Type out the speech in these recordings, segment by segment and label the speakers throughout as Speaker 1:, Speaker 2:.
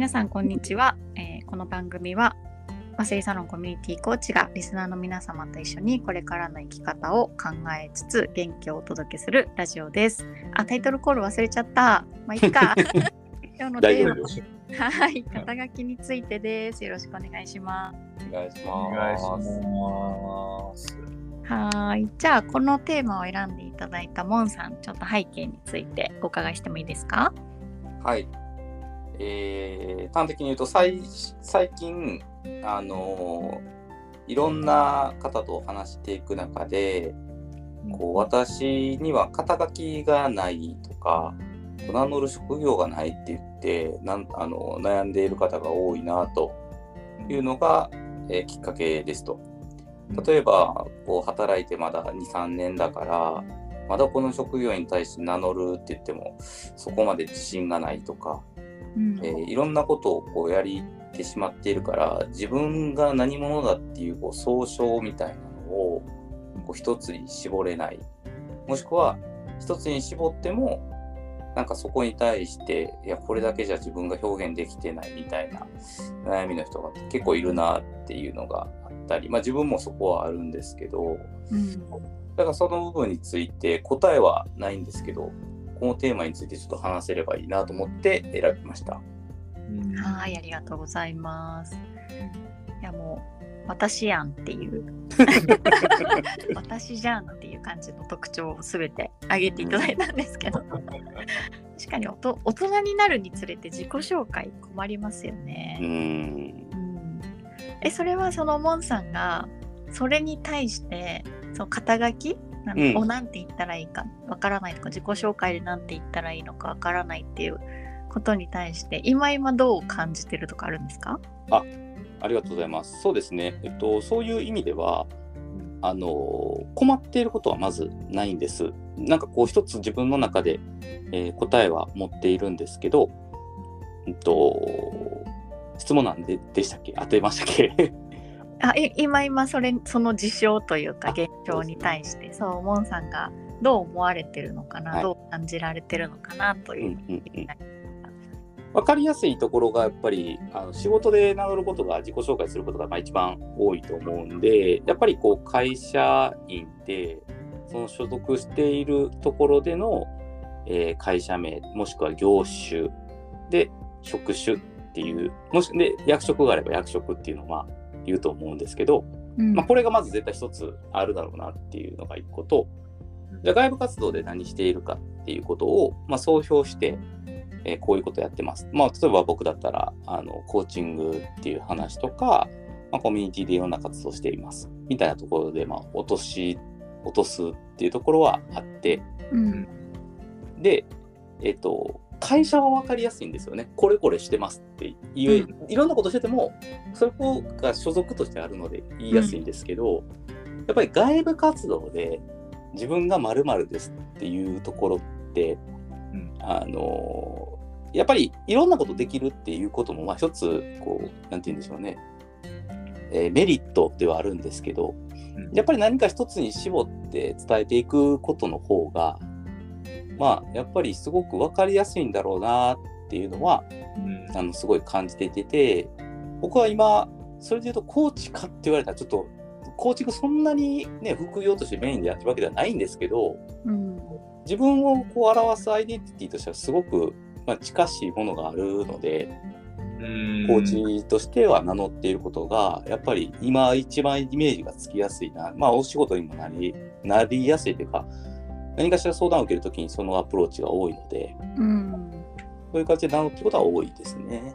Speaker 1: 皆さんこんにちは、この番組は和製サロンコミュニティコーチがリスナーの皆様と一緒にこれからの生き方を考えつつ元気をお届けするラジオです。タイトルコール忘れちゃった。まあいいか。今日のテーマは肩書きについてです。よろしくお願いします。
Speaker 2: お願いします。
Speaker 1: はい。じゃあこのテーマを選んでいただいたモンさん、ちょっと背景についてお伺いしてもいいですか？
Speaker 2: はい。端的に言うと最近いろんな方と話していく中で、私には肩書きがないとか名乗る職業がないって言って悩んでいる方が多いなというのが、きっかけですと。例えば働いてまだ 2,3 年だからまだこの職業に対して名乗るって言ってもそこまで自信がないとか、いろんなことをやりてしまっているから自分が何者だっていう総称みたいなのを一つに絞れない、もしくは一つに絞ってもなんかそこに対していやこれだけじゃ自分が表現できてないみたいな悩みの人が結構いるなっていうのがあったり、自分もそこはあるんですけど、だからその部分について答えはないんですけど、このテーマについてちょっと話せればいいなと思って選びました。
Speaker 1: はい、ありがとうございます。いやもう私やんっていう私じゃんっていう感じの特徴をすべて挙げていただいたんですけど確かに大人になるにつれて自己紹介困りますよね。それはそのモンさんがそれに対してその肩書きをなんて言ったらいいかわからないとか、自己紹介でなんて言ったらいいのかわからないっていうことに対して今どう感じてるとかあるんですか？
Speaker 2: ありがとうございます。そうですね。そういう意味では困っていることはまずないんです。なんか一つ自分の中で、答えは持っているんですけど、質問なんでしたっけ？当てましたっけ？
Speaker 1: 今その事象というか現象に対して、そうモンさんがどう思われてるのかな、どう感じられてるのかなという、
Speaker 2: 分かりやすいところがやっぱり仕事で名乗ることが自己紹介することが一番多いと思うんで、やっぱり会社員ってその所属しているところでの、会社名もしくは業種で職種っていうで役職があれば役職っていうのは言うと思うんですけど、これがまず絶対一つあるだろうなっていうのが一個と、じゃあ外部活動で何しているかっていうことを、総評して、こういうことやってます。例えば僕だったらコーチングっていう話とか、コミュニティでいろんな活動していますみたいなところで、落とすっていうところはあって、で会社は分かりやすいんですよね。これこれしてますっていろんなことしててもそこが所属としてあるので言いやすいんですけど、やっぱり外部活動で自分が〇〇ですっていうところって、やっぱりいろんなことできるっていうことも一つなんて言うんでしょうね、メリットではあるんですけど、やっぱり何か一つに絞って伝えていくことの方がやっぱりすごく分かりやすいんだろうなっていうのは、すごい感じていて、僕は今それで言うとコーチかって言われたらちょっとコーチングそんなにね副業としてメインでやってるわけではないんですけど、自分を表すアイデンティティとしてはすごく、近しいものがあるので、コーチとしては名乗っていることがやっぱり今一番イメージがつきやすいな、お仕事にもなりやすいというか、何かしら相談を受けるときにそのアプローチが多いので、そういう感じで名乗っていることは多いですね。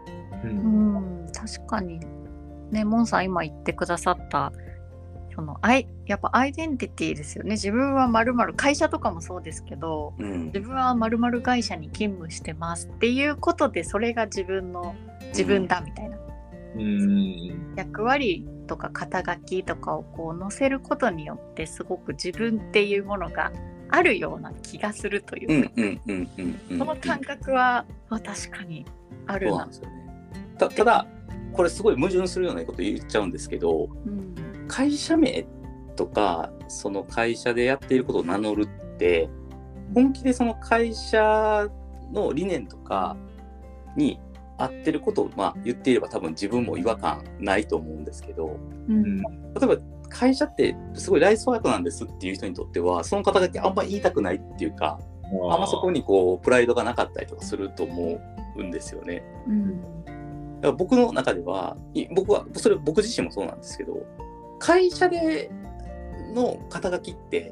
Speaker 1: 確かにね、モンさん今言ってくださったやっぱアイデンティティですよね。自分は〇〇、会社とかもそうですけど、自分は〇〇会社に勤務してますっていうことでそれが自分だみたいな、役割とか肩書きとかを載せることによってすごく自分っていうものがあるような気がするというか、その感覚は確かにあるな。
Speaker 2: そうなんですよね。ただこれすごい矛盾するようなこと言っちゃうんですけど、会社名とかその会社でやっていることを名乗るって本気でその会社の理念とかに合ってることを言っていれば多分自分も違和感ないと思うんですけど、例えば会社ってすごいライスワークなんですっていう人にとってはその肩書きあんま言いたくないっていうか、あんまそこにこうプライドがなかったりとかすると思うんですよね。だから僕の中では僕自身もそうなんですけど、会社での肩書きって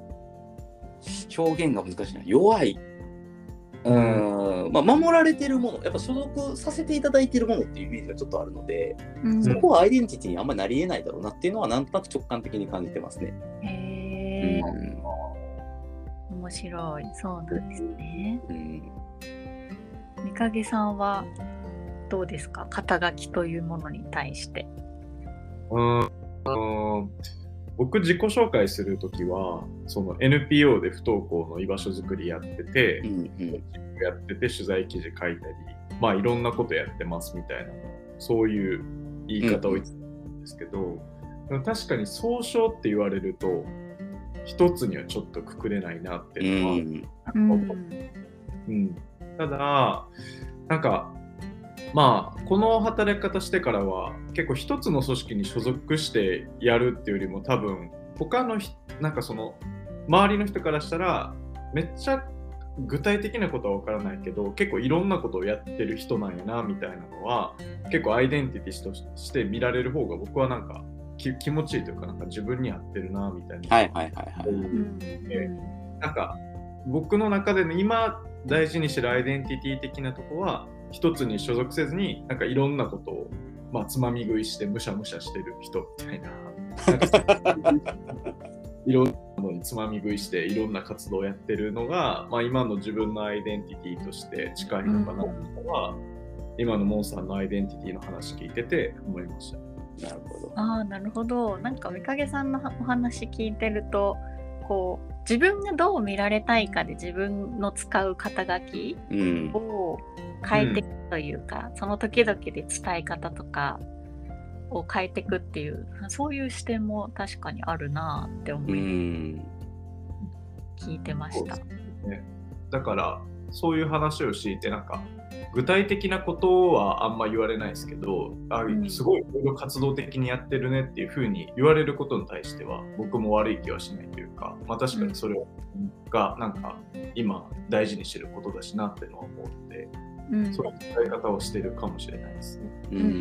Speaker 2: 表現が難しいな、弱い、守られてるもの、やっぱ所属させていただいているものっていうイメージがちょっとあるので、そこはアイデンティティにあんまりなり得ないだろうなっていうのはなんとなく直感的に感じてますね。
Speaker 1: へー、面白い。そうなんですね。三影さんはどうですか、肩書きというものに対して。
Speaker 3: 僕自己紹介するときはその NPO で不登校の居場所づくりやってて、やってて取材記事書いたり、いろんなことやってますみたいな、そういう言い方を言ってたんですけど、確かに総称って言われると一つにはちょっとくくれないなっていうのは思って、ただなんかこの働き方してからは結構一つの組織に所属してやるっていうよりも、多分他のなんかその周りの人からしたらめっちゃ具体的なことは分からないけど結構いろんなことをやってる人なんやなみたいなのは結構アイデンティティとして見られる方が僕はなんか気持ちいいというか、なんか自分に合ってるなみたいな。なんか僕の中での今大事にしてるアイデンティティ的なとこは、一つに所属せずになんかいろんなことをつまみ食いしてむしゃむしゃしてる人みたいな、いろんなのにつまみ食いしていろんな活動をやってるのが、今の自分のアイデンティティとして近いのかなとは、今のモンさんのアイデンティティの話聞いてて思いました。
Speaker 1: なるほど。なるほど。なんか三影さんのお話聞いてると、こう自分がどう見られたいかで自分の使う肩書きを変えていくというか、その時々で伝え方とかを変えていくっていう、そういう視点も確かにあるなって思い聞いてました。
Speaker 3: だからそういう話をしていて、なんか具体的なことはあんま言われないですけど、すごいいろいろ活動的にやってるねっていう風に言われることに対しては僕も悪い気はしないというか、確かにそれがなんか今大事にしてることだしなっていうのは思うので、そういう伝え方をしてるかもしれないですね。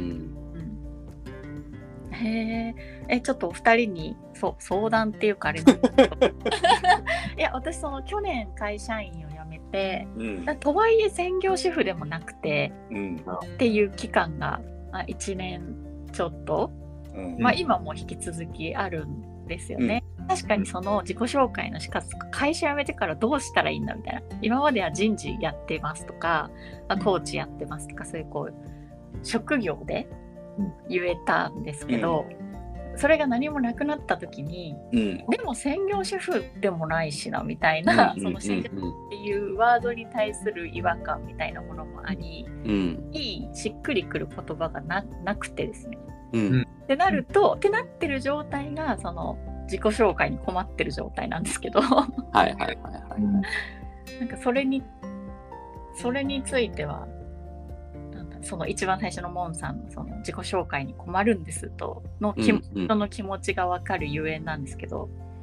Speaker 1: へえ、ちょっとお二人に相談っていうかあれなんですけどいや、私その去年会社員を辞めて、とはいえ専業主婦でもなくて、っていう期間が1年ちょっと、今も引き続きあるんですよね。確かにその自己紹介の仕方とか、会社辞めてからどうしたらいいんだみたいな、今までは人事やってますとか、コーチやってますとか、そういう職業で言えたんですけど、それが何もなくなった時に、でも専業主婦でもないしなみたいな、その専業っていうワードに対する違和感みたいなものもあり、しっくりくる言葉が なくてですね、ってなると、ってなってる状態がその自己紹介に困ってる状態なんですけどなんかそれについてはその一番最初のモンさんのその自己紹介に困るんですとの人の気持ちが分かるゆえんなんですけど、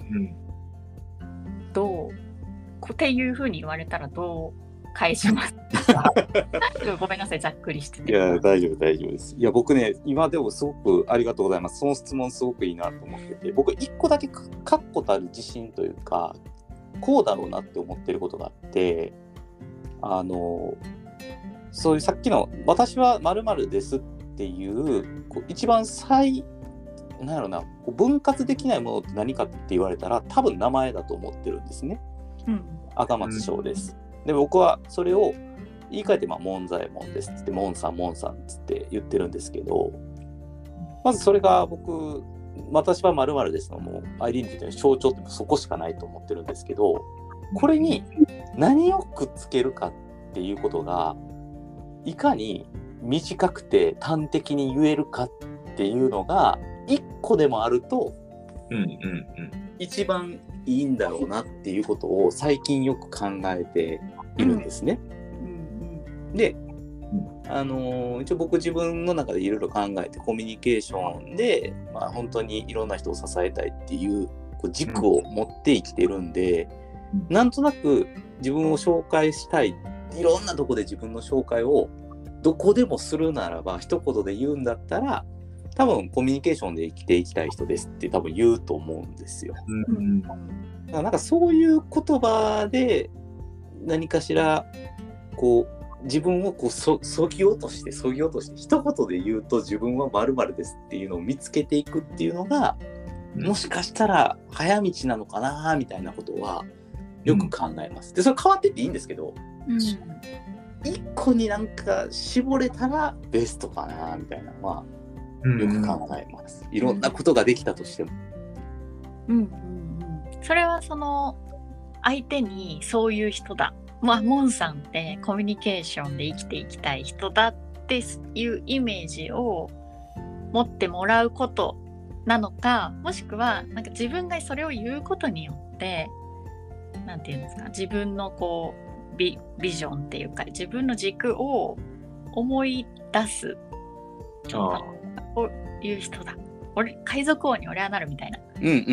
Speaker 1: どうっていうふうに言われたらどう返しますかごめんなさい、ざっくりしてて。
Speaker 2: いや、大丈夫です。いや、僕ね、今でもすごくありがとうございます。その質問すごくいいなと思ってて、僕一個だけ確固たる自信というか、こうだろうなって思ってることがあって、そういうさっきの私は〇〇ですっていう一番なんやろな、分割できないものって何かって言われたら多分名前だと思ってるんですね。赤松翔です。で僕はそれを言い換えて門左衛門ですってモンさんって言ってるんですけど、まずそれが私は〇〇ですのもうアイデンティティの象徴ってそこしかないと思ってるんですけど、これに何をくっつけるかっていうことがいかに短くて端的に言えるかっていうのが一個でもあると一番いいんだろうなっていうことを最近よく考えているんですね。で、 一応僕自分の中でいろいろ考えてコミュニケーションで、本当にいろんな人を支えたいっていう軸を持って生きてるんで、なんとなく自分を紹介したい、いろんなとこで自分の紹介をどこでもするならば一言で言うんだったら、多分コミュニケーションで生きていきたい人ですって多分言うと思うんですよ。だからなんかそういう言葉で何かしら自分をそぎ落として一言で言うと自分は〇〇ですっていうのを見つけていくっていうのが、もしかしたら早道なのかなみたいなことはよく考えます。でそれ変わってっていいんですけど、一個になんか絞れたらベストかなみたいなのはよく考えます。いろんなことができたとしても。
Speaker 1: それはその相手にそういう人だ、モンさんってコミュニケーションで生きていきたい人だっていうイメージを持ってもらうことなのか、もしくはなんか自分がそれを言うことによってなんていうんですか、自分のビジョンっていうか自分の軸を思い出す、こういう人だ、海賊王に俺はなるみたいな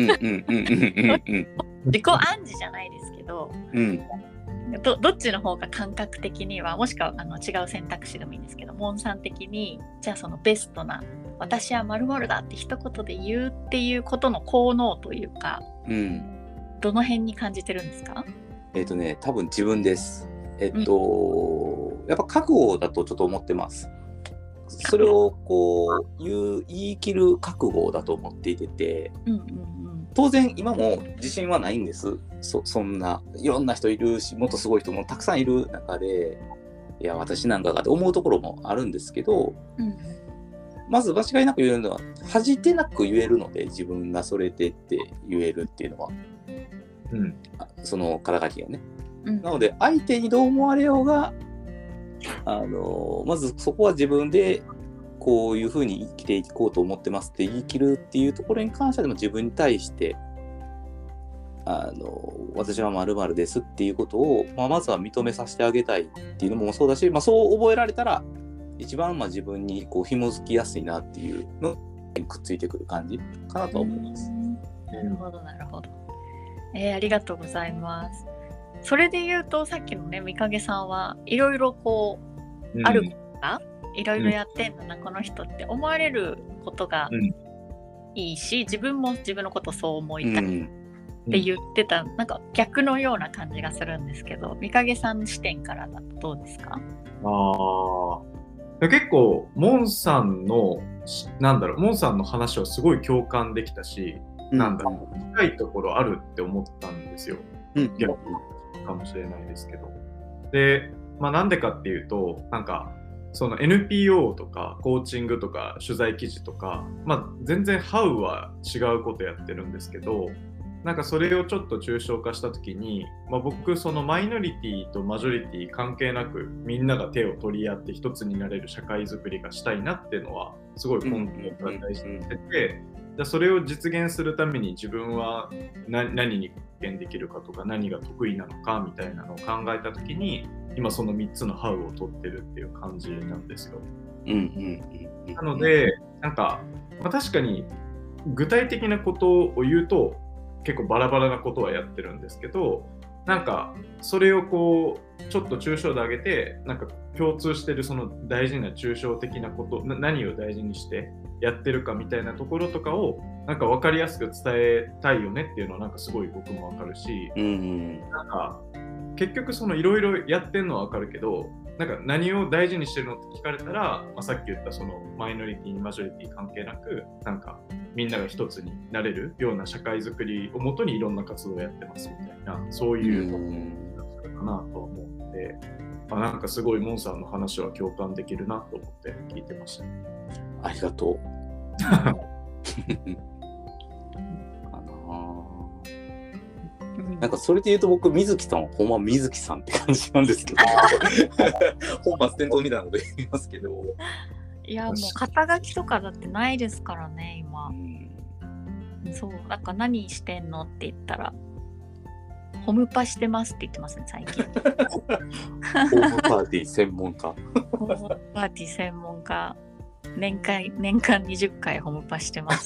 Speaker 1: 自己暗示じゃないですけど、どっちの方が感覚的には、もしくは違う選択肢でもいいんですけど、モンさん的にじゃあそのベストな私は〇〇だって一言で言うっていうことの効能というか、どの辺に感じてるんですか？
Speaker 2: 多分自分です。やっぱ覚悟だとちょっと思ってます。それを言い切る覚悟だと思っていて、当然今も自信はないんです。そんないろんな人いるし、もっとすごい人もたくさんいる中で、いや私なんかがって思うところもあるんですけど、まず間違いなく言えるのは恥じてなく言えるので、自分がそれでって言えるっていうのは、その肩書きがね、なので相手にどう思われようがまずそこは自分でこういうふうに生きていこうと思ってますって言い切るっていうところに関してでも、自分に対して私は〇〇ですっていうことを、まずは認めさせてあげたいっていうのもそうだし、そう覚えられたら一番自分に紐づきやすいなっていうのにくっついてくる感じかなと思います。
Speaker 1: なるほどなるほど。ありがとうございます。それで言うと、さっきのね、三影さんはいろいろあることがいろいろやってんだな、この人って思われることがいいし、自分も自分のことそう思いたいって言ってた、なんか逆のような感じがするんですけど、三影さんの視点からだとどうですか？
Speaker 3: 結構モンさんの話はすごい共感できたし、近いところあるって思ったんですよ。逆かもしれないですけど。で、なんでかっていうと、なんかその NPO とかコーチングとか取材記事とか、全然 How は違うことやってるんですけど、なんかそれをちょっと抽象化したときに、僕そのマイノリティとマジョリティ関係なくみんなが手を取り合って一つになれる社会づくりがしたいなっていうのはすごい根本から大事にしてて、じゃあそれを実現するために自分は何に貢献できるかとか何が得意なのかみたいなのを考えたときに、今その3つの How を取ってるっていう感じなんですよ。なのでなんか、確かに具体的なことを言うと結構バラバラなことはやってるんですけど、なんかそれをちょっと抽象で上げて、なんか共通してるその大事な抽象的なこと、何を大事にしてやってるかみたいなところとかをなんか分かりやすく伝えたいよねっていうのはなんかすごい僕も分かるし、なんか結局そのいろいろやってんのは分かるけど、なんか何を大事にしてるのって聞かれたら、さっき言ったそのマイノリティマジョリティ関係なく、なんかみんなが一つになれるような社会づくりをもとにいろんな活動をやってますみたいな、そういうことかなと思うので、なんかすごいモンさんの話は共感できるなと思って聞いてました。
Speaker 2: ありがとう。なんかそれで言うと僕、水木さんはほんま水木さんって感じなんですけど本末転倒みたいなこと言いますけど、
Speaker 1: いやもう肩書きとかだってないですからね今。そう、なんか何してんのって言ったらホムパしてますって言ってますね最近
Speaker 2: ホームパーティー専門家。
Speaker 1: ホームパーティー専門家。年間20回ホームパしてます。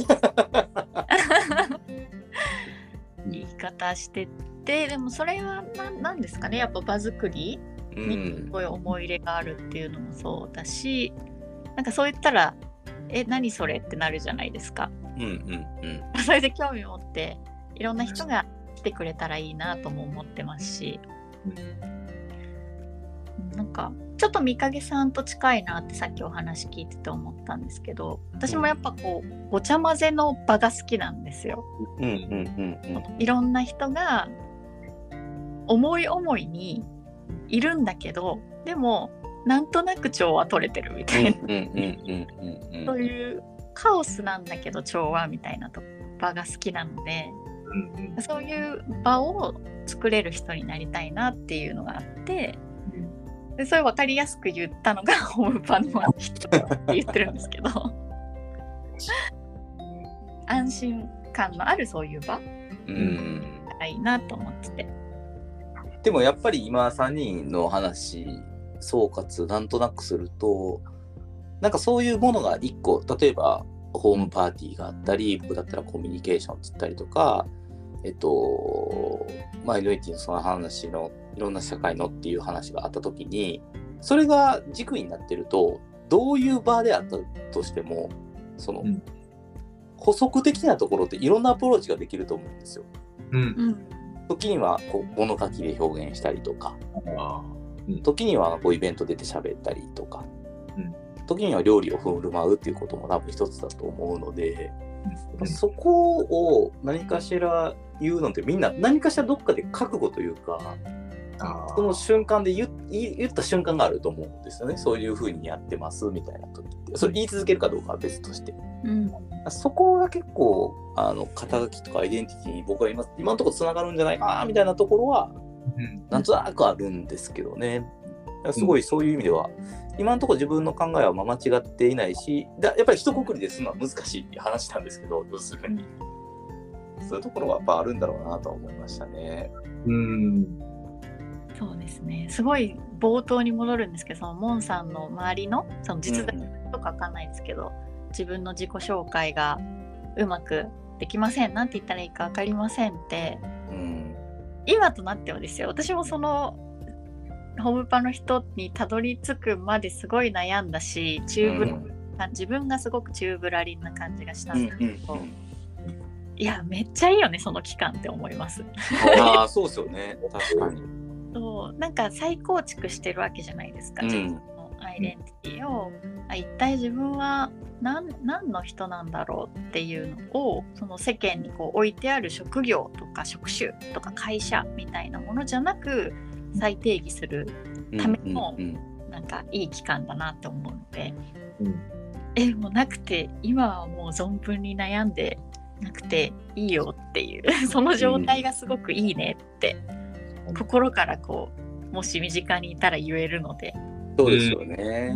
Speaker 1: 言い方してって、でもそれは何ですかね、やっぱ場作りにすごい思い入れがあるっていうのもそうだし、なんかそう言ったら何それってなるじゃないですか。それで興味を持っていろんな人が来てくれたらいいなとも思ってますし、なんかちょっと三影さんと近いなってさっきお話聞いてて思ったんですけど、私もやっぱこうごちゃ混ぜの場が好きなんですよ。いろんな人が思い思いにいるんだけど、でもなんとなく調和取れてるみたいな、そういうカオスなんだけど調和みたいな場が好きなので、そういう場を作れる人になりたいなっていうのがあって、でそれ分かりやすく言ったのがホームパの人って言ってるんですけど安心感のあるそういう場がいいなと思ってて。
Speaker 2: でもやっぱり今3人の話総括なんとなくすると、なんかそういうものが1個、例えばホームパーティーがあったり、僕だったらコミュニケーションって言ったりとか、マイノリティのその話のいろんな社会のっていう話があった時に、それが軸になってると、どういう場であったとしてもその、補足的なところっていろんなアプローチができると思うんですよ。時にはこう物書きで表現したりとか、時にはこうイベント出て喋ったりとか、時には料理を振る舞うっていうことも多分一つだと思うので、そこを何かしら言うのってみんな何かしらどっかで覚悟というか、その瞬間で言った瞬間があると思うんですよね。そういう風にやってますみたいな時って、それ言い続けるかどうかは別として、そこが結構肩書きとかアイデンティティに僕は今のところつながるんじゃないかなみたいなところはなんとなくあるんですけどね。すごいそういう意味では今のところ自分の考えは間違っていないし、やっぱり一括りでするのは難しいって話なんですけど、要するにそういうところはやっぱあるんだろうなと思いましたね。
Speaker 1: そうですね。すごい冒頭に戻るんですけど、そのモンさんの周りのその実在とかわかんないですけど、自分の自己紹介がうまくできません、なんて言ったらいいか分かりませんって、今となってはですよ、私もそのホームパの人にたどり着くまですごい悩んだし、自分がすごくチューブラリンな感じがしたんですけど、いやめっちゃいいよねその期間って思います。
Speaker 2: そうですよね、確かに。
Speaker 1: そうなんか再構築してるわけじゃないですか、自分のアイデンティティを。一体自分は何の人なんだろうっていうのを、その世間にこう置いてある職業とか職種とか会社みたいなものじゃなく再定義するためのなんかいい期間だなと思うので、もうなくて今はもう存分に悩んでなくていいよっていうその状態がすごくいいねって心からこうもし身近にいたら言えるので。
Speaker 2: そうですよね。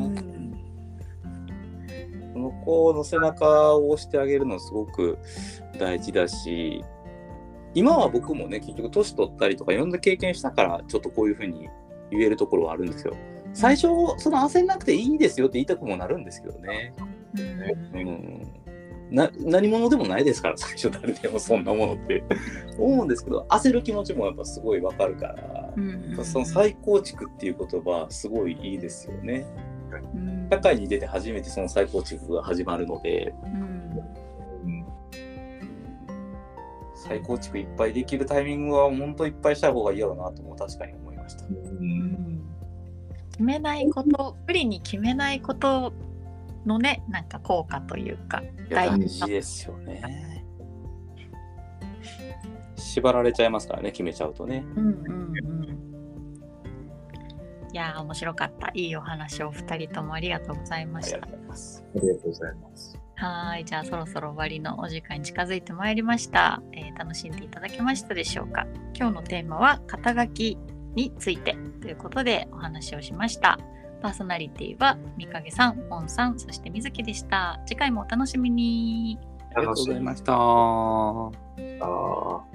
Speaker 2: その子の背中を押してあげるのすごく大事だし、今は僕もね結局年取ったりとかいろんな経験したからちょっとこういうふうに言えるところはあるんですよ。最初その焦んなくていいですよって言いたくもなるんですけどね。何者でもないですから最初誰でもそんなものって思うんですけど、焦る気持ちもやっぱすごいわかるから、その再構築っていう言葉すごいいいですよね。社会に出て初めてその再構築が始まるので、再構築いっぱいできるタイミングは本当いっぱいした方がいいやろうなとも確かに思いました。
Speaker 1: 決めないこと、無理に決めないことのね、なんか効果というか
Speaker 2: 大事ですよね。縛られちゃいますからね、決めちゃうとね。
Speaker 1: いや面白かった。いいお話をお二人ともありがとうございました。
Speaker 3: ありがとうございます。
Speaker 1: はい、じゃあそろそろ終わりのお時間に近づいてまいりました。楽しんでいただけましたでしょうか。今日のテーマは肩書きについてということでお話をしました。パーソナリティは三影さん、モンさん、そして水木でした。次回もお楽しみに。
Speaker 2: ありがとうございました。